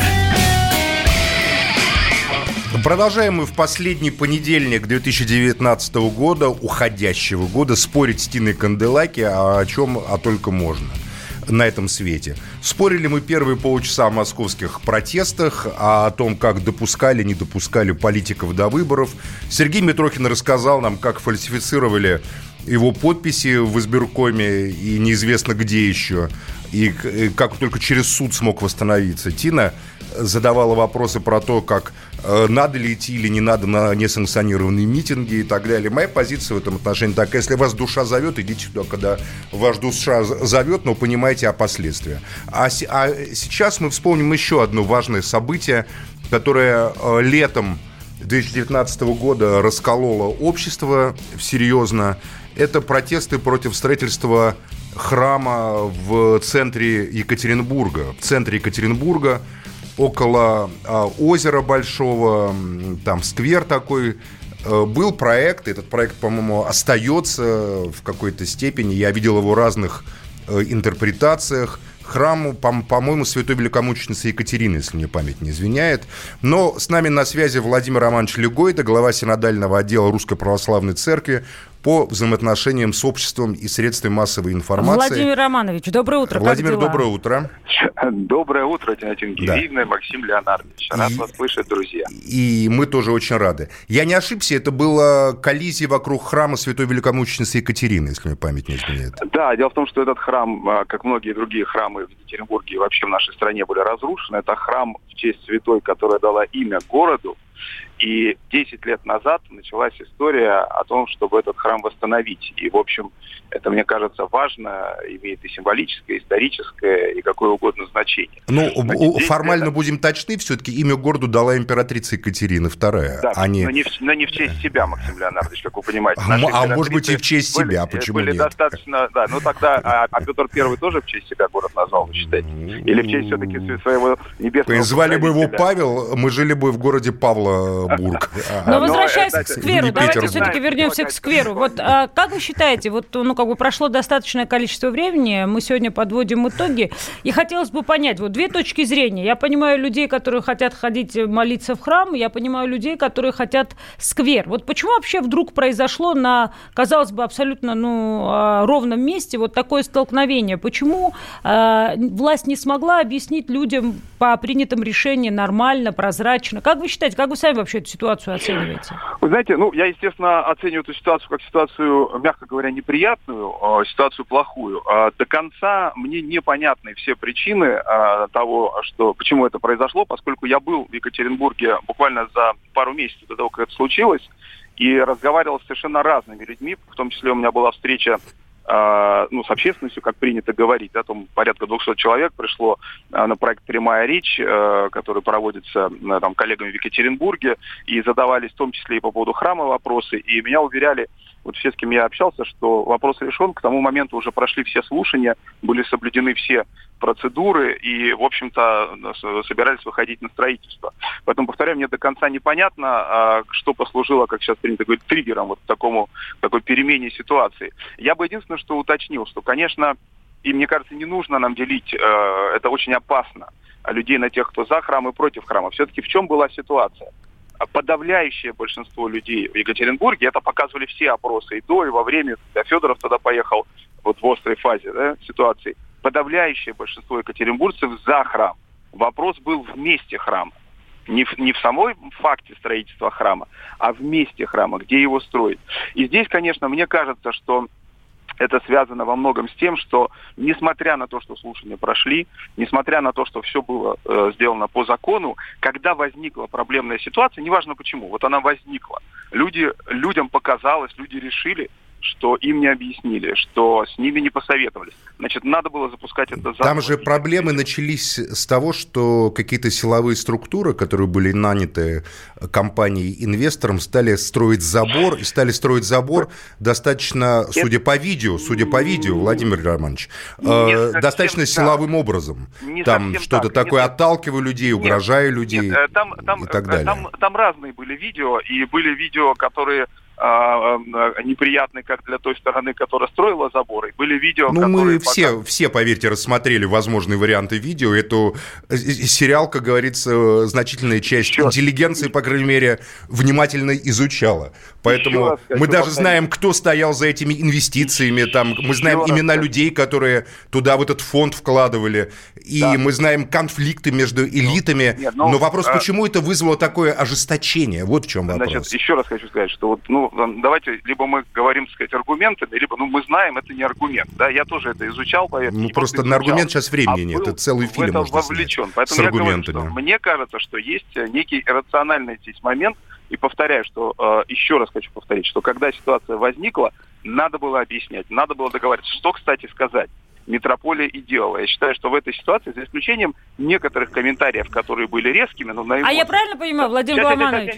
Продолжаем мы в последний понедельник две тысячи девятнадцатого года, уходящего года, спорить с Тиной Канделаки, о чем а только можно на этом свете. Спорили мы первые полчаса о московских протестах, о том, как допускали, не допускали политиков до выборов. Сергей Митрохин рассказал нам, как фальсифицировали его подписи в избиркоме и неизвестно где еще. и, и как только через суд смог восстановиться. Тина задавала вопросы про то, как э, надо ли идти или не надо на несанкционированные митинги и так далее. Моя позиция в этом отношении такая: если вас душа зовет, идите туда, когда ваш душа зовет, но понимайте о последствиях. А, а сейчас мы вспомним еще одно важное событие, которое э, летом две тысячи девятнадцатого года раскололо общество серьезно. Это протесты против строительства храма в центре Екатеринбурга. В центре Екатеринбурга, около а, озера большого, там сквер такой, а, был проект. Этот проект, по-моему, остается в какой-то степени. Я видел его в разных а, интерпретациях. Храму, по- по-моему, святой великомученицы Екатерины, если мне память не изменяет. Но с нами на связи Владимир Романович Люгойда, глава синодального отдела Русской Православной Церкви по взаимоотношениям с обществом и средствами массовой информации. Владимир Романович, доброе утро. Владимир, доброе утро. Доброе утро, Тина Тенгиевна, да. Максим Леонардович. Рад и, вас слышать, друзья. И мы тоже очень рады. Я не ошибся, это была коллизия вокруг храма святой великомученицы Екатерины, если мне память не изменяет. Да, дело в том, что этот храм, как многие другие храмы в Екатеринбурге и вообще в нашей стране, были разрушены. Это храм в честь святой, которая дала имя городу. И десять лет назад началась история о том, чтобы этот храм восстановить. И, в общем, это, мне кажется, важно, имеет и символическое, и историческое, и какое угодно значение. Ну, Значит, формально лет... будем точны, все-таки имя городу дала императрица Екатерина вторая. Да, а не... но, не в, но не в честь себя, Максим Леонардович, как вы понимаете. А, а может быть и в честь были, себя, почему были нет? Достаточно, да, ну тогда, а, а Петр Первый тоже в честь себя город назвал, вы считаете? Или в честь все-таки своего небесного... Звали бы его Павел, мы жили бы в городе Павлобург. Но возвращаясь к скверу, давайте все-таки вернемся к скверу. Вот а, как вы считаете, вот ну как бы прошло достаточное количество времени, мы сегодня подводим итоги, и хотелось бы понять, вот две точки зрения. Я понимаю людей, которые хотят ходить молиться в храм, я понимаю людей, которые хотят сквер. Вот почему вообще вдруг произошло на, казалось бы, абсолютно ну, ровном месте вот такое столкновение? Почему а, власть не смогла объяснить людям по принятым решениям нормально, прозрачно? Как вы считаете, как вы сами вообще эту ситуацию оцениваете? Вы знаете, ну, я, естественно, оцениваю эту ситуацию как ситуацию, мягко говоря, неприятную, ситуацию плохую. До конца мне непонятны все причины того, что, почему это произошло, поскольку я был в Екатеринбурге буквально за пару месяцев до того, как это случилось, и разговаривал с совершенно разными людьми, в том числе у меня была встреча ну, с общественностью, как принято говорить, да, там порядка двухсот человек пришло на проект «Прямая речь», который проводится там коллегами в Екатеринбурге, и задавались в том числе и по поводу храма вопросы, и меня уверяли, вот все, с кем я общался, что вопрос решен, к тому моменту уже прошли все слушания, были соблюдены все процедуры и, в общем-то, собирались выходить на строительство. Поэтому, повторяю, мне до конца непонятно, что послужило, как сейчас принято говорить, триггером вот такому, такой перемене ситуации. Я бы единственное, что уточнил, что, конечно, и мне кажется, не нужно нам делить, это очень опасно, людей на тех, кто за храм и против храма. Все-таки в чем была ситуация? Подавляющее большинство людей в Екатеринбурге, это показывали все опросы и до, и во время, когда Федоров тогда поехал вот в острой фазе, да, ситуации, подавляющее большинство екатеринбуржцев за храм. Вопрос был в месте храма. Не в, не в самой факте строительства храма, а в месте храма, где его строить. И здесь, конечно, мне кажется, что это связано во многом с тем, что, несмотря на то, что слушания прошли, несмотря на то, что все было э, сделано по закону, когда возникла проблемная ситуация, неважно почему, вот она возникла, люди, людям показалось, люди решили, что им не объяснили, что с ними не посоветовались. Значит, надо было запускать это заново. Там же проблемы начались с того, что какие-то силовые структуры, которые были наняты компанией-инвестором, стали строить забор, и стали строить забор достаточно, это... судя по видео, судя по видео, Владимир Романович, э, достаточно так. силовым образом. Не там что-то так. такое, отталкивая людей, угрожая нет, людей нет, там, там, и так далее. Там, там разные были видео, и были видео, которые неприятные как для той стороны, которая строила заборы. Были видео, ну, которые... мы все, пока... все, поверьте, рассмотрели возможные варианты видео. Это сериал, как говорится, значительная часть Черт. интеллигенции, по крайней мере, внимательно изучала. Поэтому мы даже повторить. знаем, кто стоял за этими инвестициями. Там, мы знаем Еще имена раз. людей, которые туда в этот фонд вкладывали. И да. мы знаем конфликты между элитами. Нет, но, но вопрос, а... почему это вызвало такое ожесточение? Вот в чем вопрос. Значит, еще раз хочу сказать, что вот, ну, ну, давайте, либо мы говорим, так сказать, аргументами, либо, ну, мы знаем, это не аргумент, да, я тоже это изучал, поверьте. Ну, просто на аргумент сейчас времени а нет, это целый фильм можно вовлечен. снять Поэтому с я аргументами. говорю, что мне кажется, что есть некий рациональный здесь момент, и повторяю, что, э, еще раз хочу повторить, что когда ситуация возникла, надо было объяснять, надо было договариваться. Что, кстати, сказать митрополия и делала. Я считаю, что в этой ситуации, за исключением некоторых комментариев, которые были резкими, но на А я правильно понимаю, Владимир Ломанович?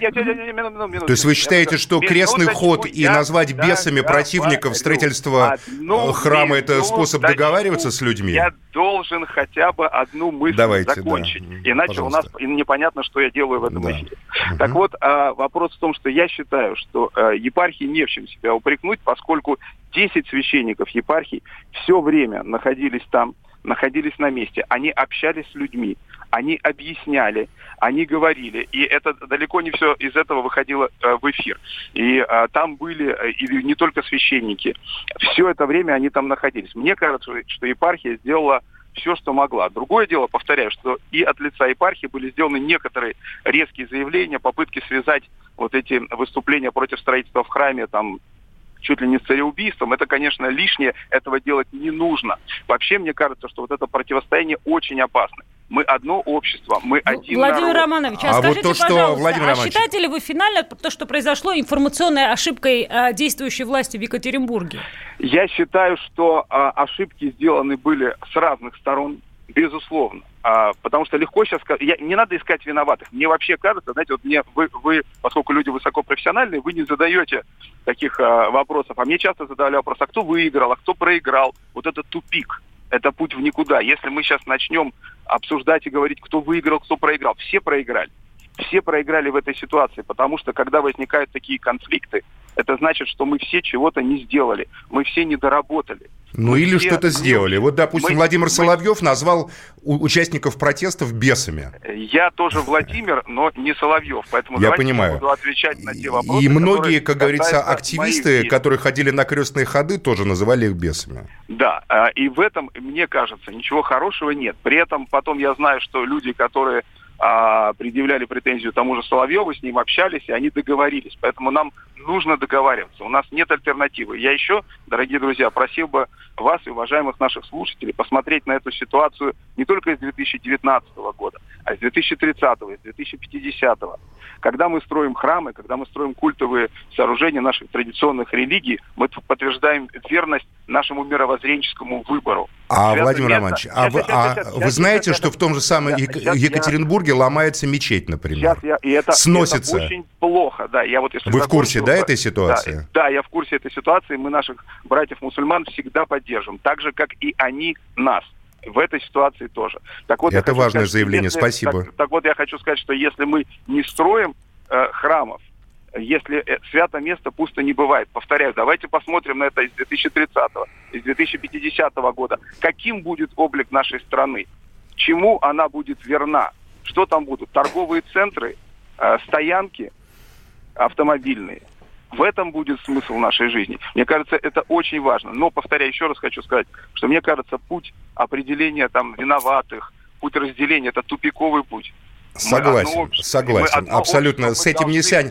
То есть вы считаете, что крестный ход и назвать бесами противников строительства храма – это способ договариваться с людьми? Я должен хотя бы одну мысль Давайте, закончить. Да. Иначе Пожалуйста. у нас непонятно, что я делаю в этом да. эфире. Угу. Так вот, вопрос в том, что я считаю, что епархии не в чем себя упрекнуть, поскольку десять священников епархий все время находились там, находились на месте. Они общались с людьми, они объясняли, они говорили. И это далеко не все из этого выходило э, в эфир. И э, там были э, и не только священники. Все это время они там находились. Мне кажется, что епархия сделала все, что могла. Другое дело, повторяю, что и от лица епархии были сделаны некоторые резкие заявления, попытки связать вот эти выступления против строительства в храме, там, чуть ли не с цареубийством, это, конечно, лишнее, этого делать не нужно. Вообще, мне кажется, что вот это противостояние очень опасно. Мы одно общество, мы один Владимир народ. Романович, а, а скажите, вот то, пожалуйста, что, Владимир а Романович... считаете ли вы финально то, что произошло информационной ошибкой а, действующей власти в Екатеринбурге? Я считаю, что а, ошибки сделаны были с разных сторон, безусловно. А, потому что легко сейчас сказать, я, не надо искать виноватых. Мне вообще кажется, знаете, вот мне вы, вы, поскольку люди высокопрофессиональные, вы не задаете таких а, вопросов. А мне часто задавали вопрос, а кто выиграл, а кто проиграл? Вот это тупик, это путь в никуда. Если мы сейчас начнем обсуждать и говорить, кто выиграл, кто проиграл, все проиграли. Все проиграли в этой ситуации, потому что когда возникают такие конфликты, это значит, что мы все чего-то не сделали, мы все не доработали. Ну мы или все... что-то сделали. Вот, допустим, мы... Владимир мы... Соловьев назвал у- участников протестов бесами. Я тоже Владимир, но не Соловьев, поэтому я давайте понимаю. я буду отвечать на те вопросы. И многие, как говорится, касаются активисты, которые ходили на крестные ходы, тоже называли их бесами. Да, и в этом, мне кажется, ничего хорошего нет. При этом потом я знаю, что люди, которые а, предъявляли претензию тому же Соловьеву, с ним общались, и они договорились. Поэтому нам нужно договариваться. У нас нет альтернативы. Я еще, дорогие друзья, просил бы вас и уважаемых наших слушателей посмотреть на эту ситуацию не только из две тысячи девятнадцатого года, а из две тысячи тридцатого, из две тысячи пятидесятого. Когда мы строим храмы, когда мы строим культовые сооружения наших традиционных религий, мы подтверждаем верность нашему мировоззренческому выбору. А, Свято Владимир место... Романович, а, вы, а вы знаете, что в том же самом я, Екатеринбурге я... ломается мечеть, например? Я, и это, сносится. Это очень плохо, да. Я вот, если вы в курсе, закончу, да, этой ситуации? Да, да, я в курсе этой ситуации. Мы наших братьев-мусульман всегда поддержим, так же, как и они нас. В этой ситуации тоже. Так вот, это важное сказать, заявление, если, спасибо. Так, так вот, я хочу сказать, что если мы не строим э, храмов, если э, свято место пусто не бывает. Повторяю, давайте посмотрим на это из две тысячи тридцатого, из две тысячи пятидесятого года. Каким будет облик нашей страны? Чему она будет верна? Что там будут? Торговые центры, э, стоянки автомобильные. В этом будет смысл нашей жизни. Мне кажется, это очень важно. Но, повторяю, еще раз хочу сказать, что мне кажется, путь определения там виноватых, путь разделения – это тупиковый путь. Согласен, согласен, абсолютно. С этим нельзя,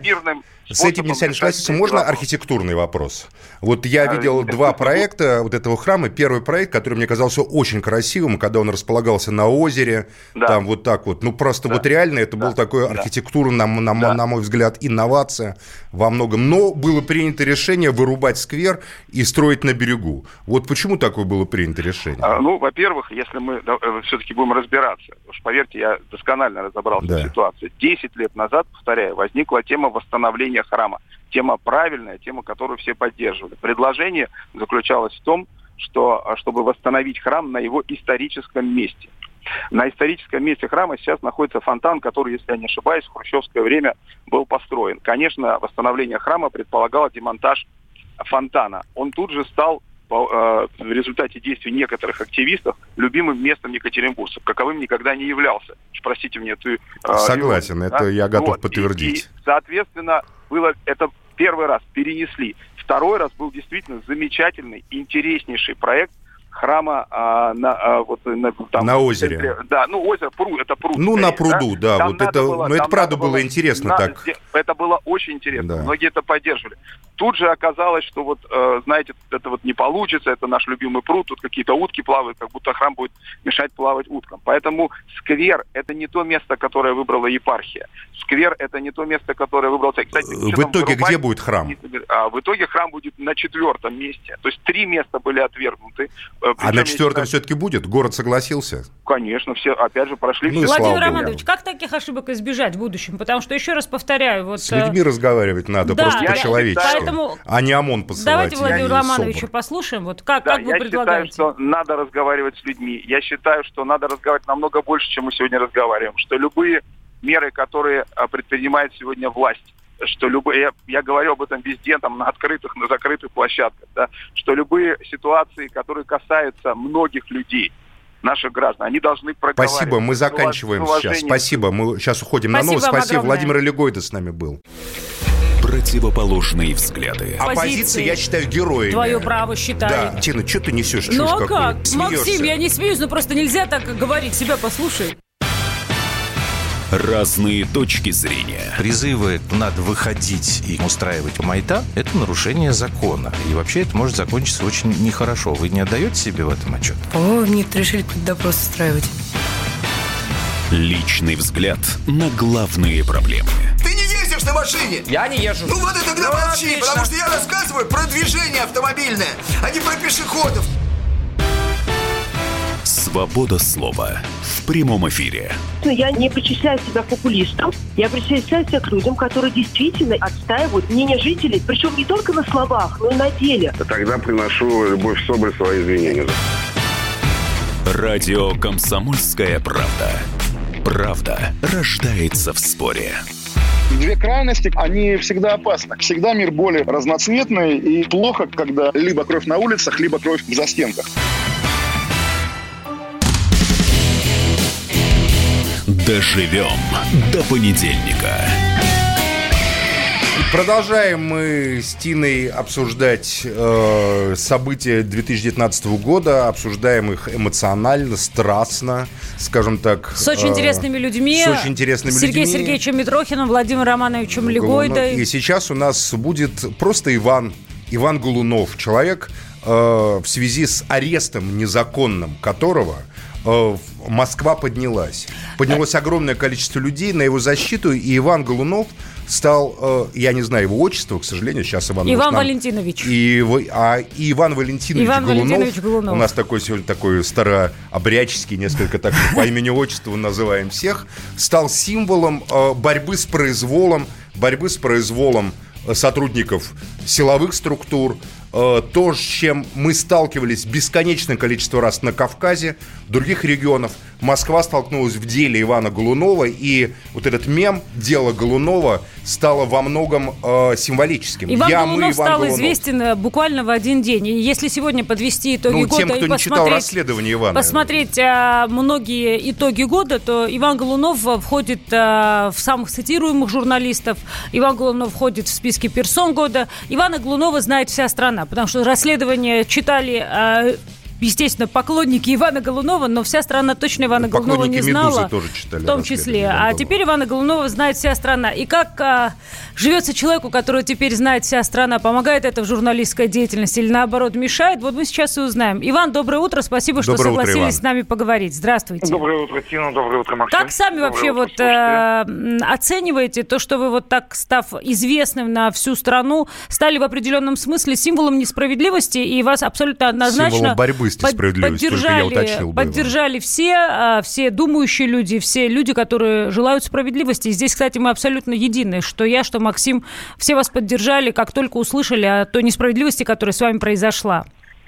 с этим нельзя не согласиться. Можно архитектурный вопрос? Вот я видел два проекта вот этого храма. Первый проект, который мне казался очень красивым, когда он располагался на озере, да. Там вот так вот. Ну, просто да. вот реально это да. был такой да. архитектура, на, на, да. на мой взгляд, инновация во многом. Но было принято решение вырубать сквер и строить на берегу. Вот почему такое было принято решение? А, ну, во-первых, если мы да, все-таки будем разбираться, потому что, поверьте, я досконально разобрался да. в ситуации. Десять лет назад, повторяю, возникла тема восстановления храма. Тема правильная, тема, которую все поддерживали. Предложение заключалось в том, что, чтобы восстановить храм на его историческом месте. На историческом месте храма сейчас находится фонтан, который, если я не ошибаюсь, в хрущевское время был построен. Конечно, восстановление храма предполагало демонтаж фонтана. Он тут же стал в результате действий некоторых активистов любимым местом екатеринбуржцев, каковым никогда не являлся. Простите мне, ты... Согласен, любовь, это да? я готов вот. подтвердить. И, и, соответственно, было это первый раз перенесли. Второй раз был действительно замечательный, интереснейший проект храма а, на, а, вот, на, там, на озере. Центре, да, ну озеро, пруд, это пруд. Ну, на пруду, да. да вот это, было, но это правда было, было интересно на, так. Это было очень интересно, да. Многие это поддерживали. Тут же оказалось, что вот, э, знаете, это вот не получится, это наш любимый пруд, тут какие-то утки плавают, как будто храм будет мешать плавать уткам. Поэтому сквер – это не то место, которое выбрала епархия. Сквер – это не то место, которое выбрал... Кстати, в итоге где будет храм? А, в итоге храм будет на четвертом месте. То есть три места были отвергнуты. А на четвертом все-таки будет? Город согласился? Конечно, все, опять же, прошли... Ну, все. Владимир Романович, как таких ошибок избежать в будущем? Потому что, еще раз повторяю... Вот, с людьми разговаривать надо, да, просто по-человечески, поэтому... а не ОМОН посылать. Давайте Владимира Романовича послушаем. Вот как, да, как вы я предлагаете? считаю, что надо разговаривать с людьми. Я считаю, что надо разговаривать намного больше, чем мы сегодня разговариваем. Что любые меры, которые предпринимает сегодня власть, что любые, я, я говорю об этом везде, там, на открытых, на закрытых площадках, да, что любые ситуации, которые касаются многих людей, наших граждан, они должны проговаривать. Спасибо, мы заканчиваем сейчас. Спасибо, мы сейчас уходим Спасибо на новость. Спасибо, огромное. Владимир Илигойда с нами был. Противоположные взгляды. Оппозиция, я считаю, героями. Твое право считаю. Да, Тина, что ты несешь? Ну а какую? как? Смеешься. Максим, я не смеюсь, но просто нельзя так говорить. Себя послушай. Разные точки зрения. Призывы «надо выходить и устраивать майдан» — это нарушение закона. И вообще это может закончиться очень нехорошо. Вы не отдаете себе в этом отчет? О, нет, решили какой-то допрос устраивать. Личный взгляд на главные проблемы. Ты не ездишь на машине? Я не езжу. Ну вот и тогда ну, молчи, отлично. Потому что я рассказываю про движение автомобильное, а не про пешеходов. Свобода слова в прямом эфире. Я не причисляю себя популистом, я причисляю себя к людям, которые действительно отстаивают мнение жителей, причем не только на словах, но и на деле. Тогда приношу Любовь Соболь свои извинения. Радио «Комсомольская правда». Правда рождается в споре. Две крайности, они всегда опасны. Всегда мир более разноцветный, и плохо, когда либо кровь на улицах, либо кровь в застенках. Доживем до понедельника. Продолжаем мы с Тиной обсуждать э, события две тысячи девятнадцатого года, обсуждаем их эмоционально, страстно, скажем так. С очень э, интересными людьми. С очень интересными Сергеем людьми. Сергеевичем Митрохиным, Владимиром Романовичем Лигойдой. И сейчас у нас будет просто Иван, Иван Голунов, человек, э, в связи с арестом незаконным которого э, Москва поднялась. Поднялось огромное количество людей на его защиту, и Иван Голунов стал, э, я не знаю его отчество, к сожалению, сейчас Иван... Иван нам... Валентинович. И, а, и Иван Валентинович, Иван Голунов. Валентинович Голунов. У нас такой сегодня такой старообрядческий, несколько так по имени-отчеству называем всех, стал символом э, борьбы с произволом, борьбы с произволом сотрудников силовых структур, э, то, с чем мы сталкивались бесконечное количество раз на Кавказе, в других регионах. Москва столкнулась в деле Ивана Голунова, и вот этот мем «Дело Голунова» стало во многом э, символическим. Иван Я, Голунов мы, Иван стал Голунов. известен буквально в один день. И если сегодня подвести итоги ну, года тем, кто и не посмотреть, читал расследование Ивана. посмотреть а, многие итоги года, то Иван Голунов входит а, в самых цитируемых журналистов. Иван Голунов входит в списки персон года. Ивана Голунова знает вся страна, потому что расследование читали... А, естественно, поклонники Ивана Голунова, но вся страна точно Ивана ну, Голунова не знала, тоже читали, в том числе. А теперь Ивана Голунова знает вся страна. И как а, живется человеку, которого теперь знает вся страна, помогает это в журналистской деятельности или, наоборот, мешает, вот мы сейчас и узнаем. Иван, доброе утро, спасибо, что доброе согласились утро, с нами поговорить. Здравствуйте. Доброе утро, Тина, доброе утро, Максим. Как сами доброе вообще утро, вот э, оцениваете то, что вы вот так, став известным на всю страну, стали в определенном смысле символом несправедливости, и вас абсолютно однозначно... Символом борьбы с несправедливостью. Поддержали, поддержали все, все думающие люди, все люди, которые желают справедливости. И здесь, кстати, мы абсолютно едины, что я, что Максим, все вас поддержали, как только услышали о той несправедливости, которая с вами произошла.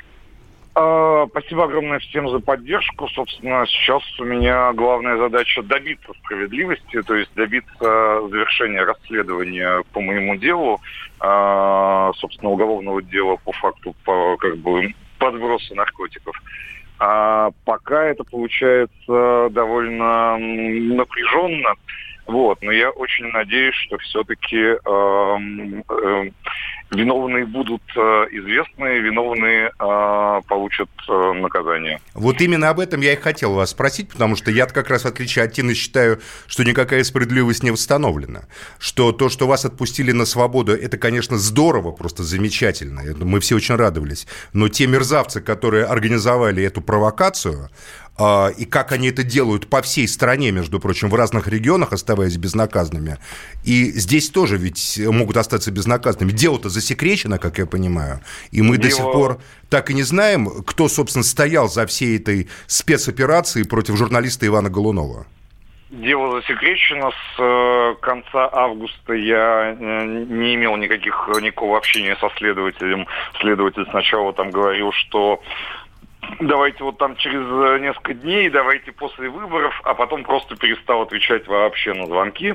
Спасибо огромное всем за поддержку. Собственно, сейчас у меня главная задача добиться справедливости, то есть добиться завершения расследования по моему делу, собственно, уголовного дела по факту по, как бы, подброса наркотиков. А пока это получается довольно напряженно. Вот, но я очень надеюсь, что все-таки э, э, виновные будут э, известны, виновные э, получат э, наказание. Вот именно об этом я и хотел вас спросить, потому что я как раз, в отличие от Тины, считаю, что никакая справедливость не восстановлена. Что то, что вас отпустили на свободу, это, конечно, здорово, просто замечательно. Мы все очень радовались. Но те мерзавцы, которые организовали эту провокацию, и как они это делают по всей стране, между прочим, в разных регионах, оставаясь безнаказанными. И здесь тоже ведь могут остаться безнаказанными. Дело-то засекречено, как я понимаю. И мы Дело... до сих пор так и не знаем, кто, собственно, стоял за всей этой спецоперацией против журналиста Ивана Голунова. Дело засекречено. С конца августа я не имел никаких, никакого общения со следователем. Следователь сначала там говорил, что давайте вот там через несколько дней, давайте после выборов, а потом просто перестал отвечать вообще на звонки.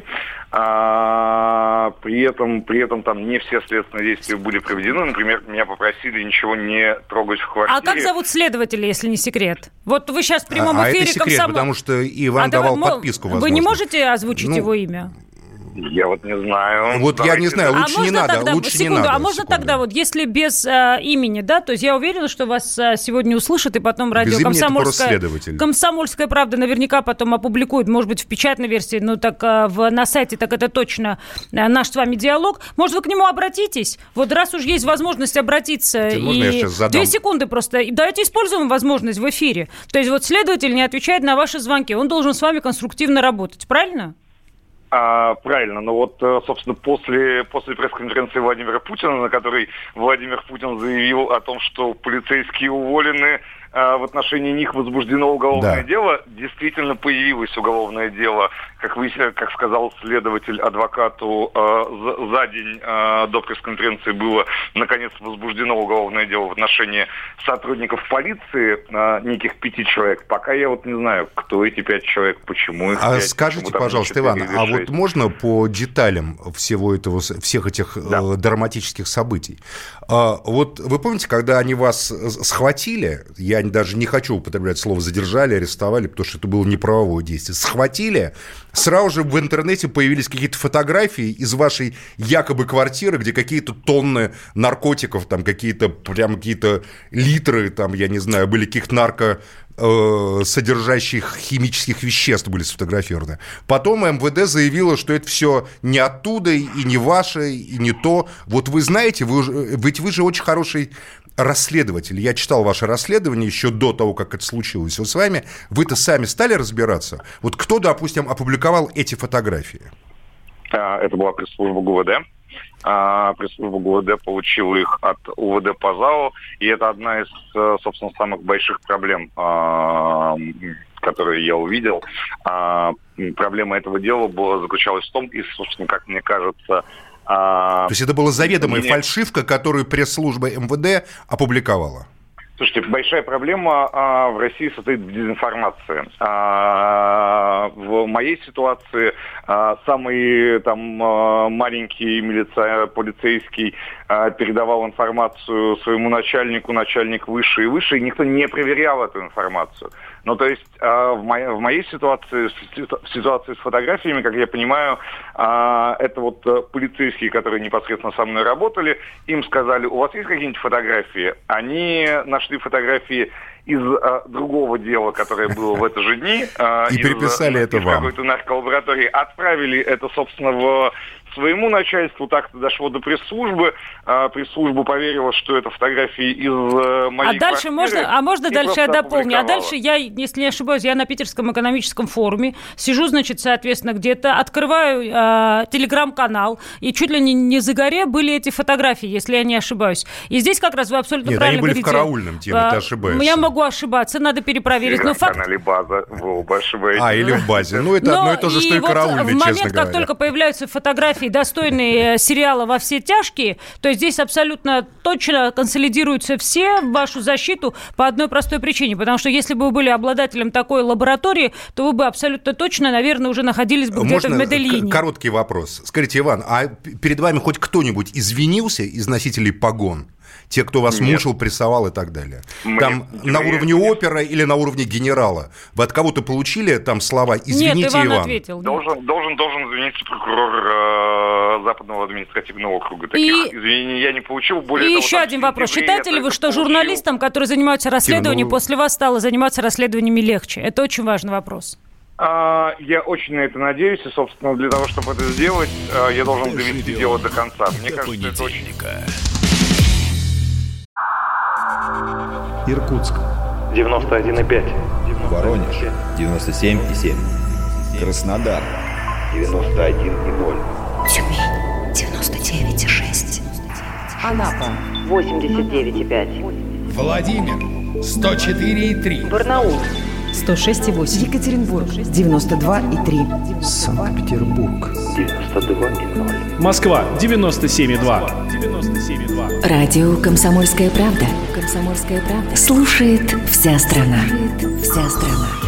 А, при этом, при этом там не все следственные действия были проведены. Например, меня попросили ничего не трогать в квартире. А как зовут следователя, если не секрет? Вот вы сейчас в прямом а, эфире... А это секрет, комсом... потому что Иван а давал давай, подписку, возможно. Вы не можете озвучить ну... его имя? Я вот не знаю. Вот Давайте. я не знаю, лучше а не надо, тогда, лучше секунду, не надо. А можно секунду. тогда вот, если без а, имени, да, то есть я уверена, что вас а, сегодня услышат, и потом радио «Комсомольская, «Комсомольская правда» наверняка потом опубликует, может быть, в печатной версии, но так а, в, на сайте, так это точно а, наш с вами диалог. Может, вы к нему обратитесь? Вот раз уж есть возможность обратиться, Ты, и две секунды просто, и давайте используем возможность в эфире. То есть вот следователь не отвечает на ваши звонки, он должен с вами конструктивно работать, правильно? А, правильно, но вот, собственно, после, после пресс-конференции Владимира Путина, на которой Владимир Путин заявил о том, что полицейские уволены, а в отношении них возбуждено уголовное да. дело, действительно появилось уголовное дело, как, вы, как сказал следователь адвокату, э, за день э, до пресс-конференции было, наконец, возбуждено уголовное дело в отношении сотрудников полиции, э, неких пяти человек. Пока я вот не знаю, кто эти пять человек, почему их а пять. Скажите, пожалуйста, Иван, а вот можно по деталям всего этого, всех этих да. э, драматических событий? А, вот вы помните, когда они вас схватили, я даже не хочу употреблять слово «задержали», «арестовали», потому что это было неправовое действие, схватили, сразу же в интернете появились какие-то фотографии из вашей якобы квартиры, где какие-то тонны наркотиков, там какие-то прям какие-то литры, там, я не знаю, были каких-то нарко... содержащих химических веществ были сфотографированы. Потом эм вэ дэ заявило, что это все не оттуда, и не ваше, и не то. Вот вы знаете, вы, ведь вы же очень хороший расследователь. Я читал ваше расследование еще до того, как это случилось. Вот с вами вы-то сами стали разбираться? Вот кто, допустим, опубликовал эти фотографии? Это была пресс-служба ГУВД. А пресс-служба ГУВД получила их от УВД по ЗАО, и это одна из, собственно, самых больших проблем, которые я увидел. Проблема этого дела была, заключалась в том, и, собственно, как мне кажется... То есть это была заведомая мне... фальшивка, которую пресс-служба эм вэ дэ опубликовала? Слушайте, большая проблема а, в России состоит в дезинформации. А, в моей ситуации а, самый там а, маленький милиция, полицейский а, передавал информацию своему начальнику, начальник выше и выше, и никто не проверял эту информацию. Ну, то есть а, в, моей, в моей ситуации, в ситуации с фотографиями, как я понимаю, а, это вот полицейские, которые непосредственно со мной работали, им сказали: у вас есть какие-нибудь фотографии? Они нашли фотографии из а, другого дела, которое было в эти же дни. А, и из, переписали это из вам. Какой-то нарколаборатории. Отправили это, собственно, в своему начальству. Так-то дошло до пресс-службы. А, пресс-служба поверила, что это фотографии из а, моей А дальше квартиры, можно, а можно дальше я дополню? А дальше я, если не ошибаюсь, я на Питерском экономическом форуме сижу, значит, соответственно, где-то, открываю э, телеграм-канал, и чуть ли не, не за горе были эти фотографии, если я не ошибаюсь. И здесь как раз вы абсолютно Нет, правильно говорите. Нет, они были говорите, в караульном, Тина, э, ты ошибаешься. Я могу ошибаться, надо перепроверить. В канале «База», вы оба ошибаетесь. А, или в «Базе». Ну, это одно и то же, что и караульный, честно говоря. В момент, как говоря. только появляются фотографии, достойные сериала «Во все тяжкие», то здесь абсолютно точно консолидируются все в вашу защиту по одной простой причине. Потому что если бы вы были обладателем такой лаборатории, то вы бы абсолютно точно, наверное, уже находились бы где-то в Медельине. Короткий вопрос. Скажите, Иван, а перед вами хоть кто-нибудь извинился из носителей погон? Те, кто вас Нет. мучил, прессовал и так далее. Мне, там мне, на уровне мне... опера или на уровне генерала? Вы от кого-то получили там слова «извините, Нет, Иван?» Иван? Ответил. Должен, должен, должен извиниться прокурор э, за Западного административного округа. Таких И... извинений я не получил. Более И того, еще один вопрос. Считаете ли вы, что получил... журналистам, которые занимаются расследованием, ну... после вас стало заниматься расследованиями легче? Это очень важный вопрос. А, я очень на это надеюсь, и, собственно, для того, чтобы это сделать, я должен довести дело до конца. Мне кажется, это очень... Иркутск. девяносто один и пять. Воронеж. девяносто семь и семь. Краснодар. девяносто один и ноль. Тюмень. девяносто девять и шесть. Анапа. восемьдесят девять и пять. Владимир. сто четыре и три. Барнаул. сто шесть и восемь. Екатеринбург. девяносто два и три. Санкт-Петербург. девяносто два и ноль. Москва. девяносто семь и два. Радио «Комсомольская правда». «Комсомольская правда». Слушает вся страна. Слушает вся страна.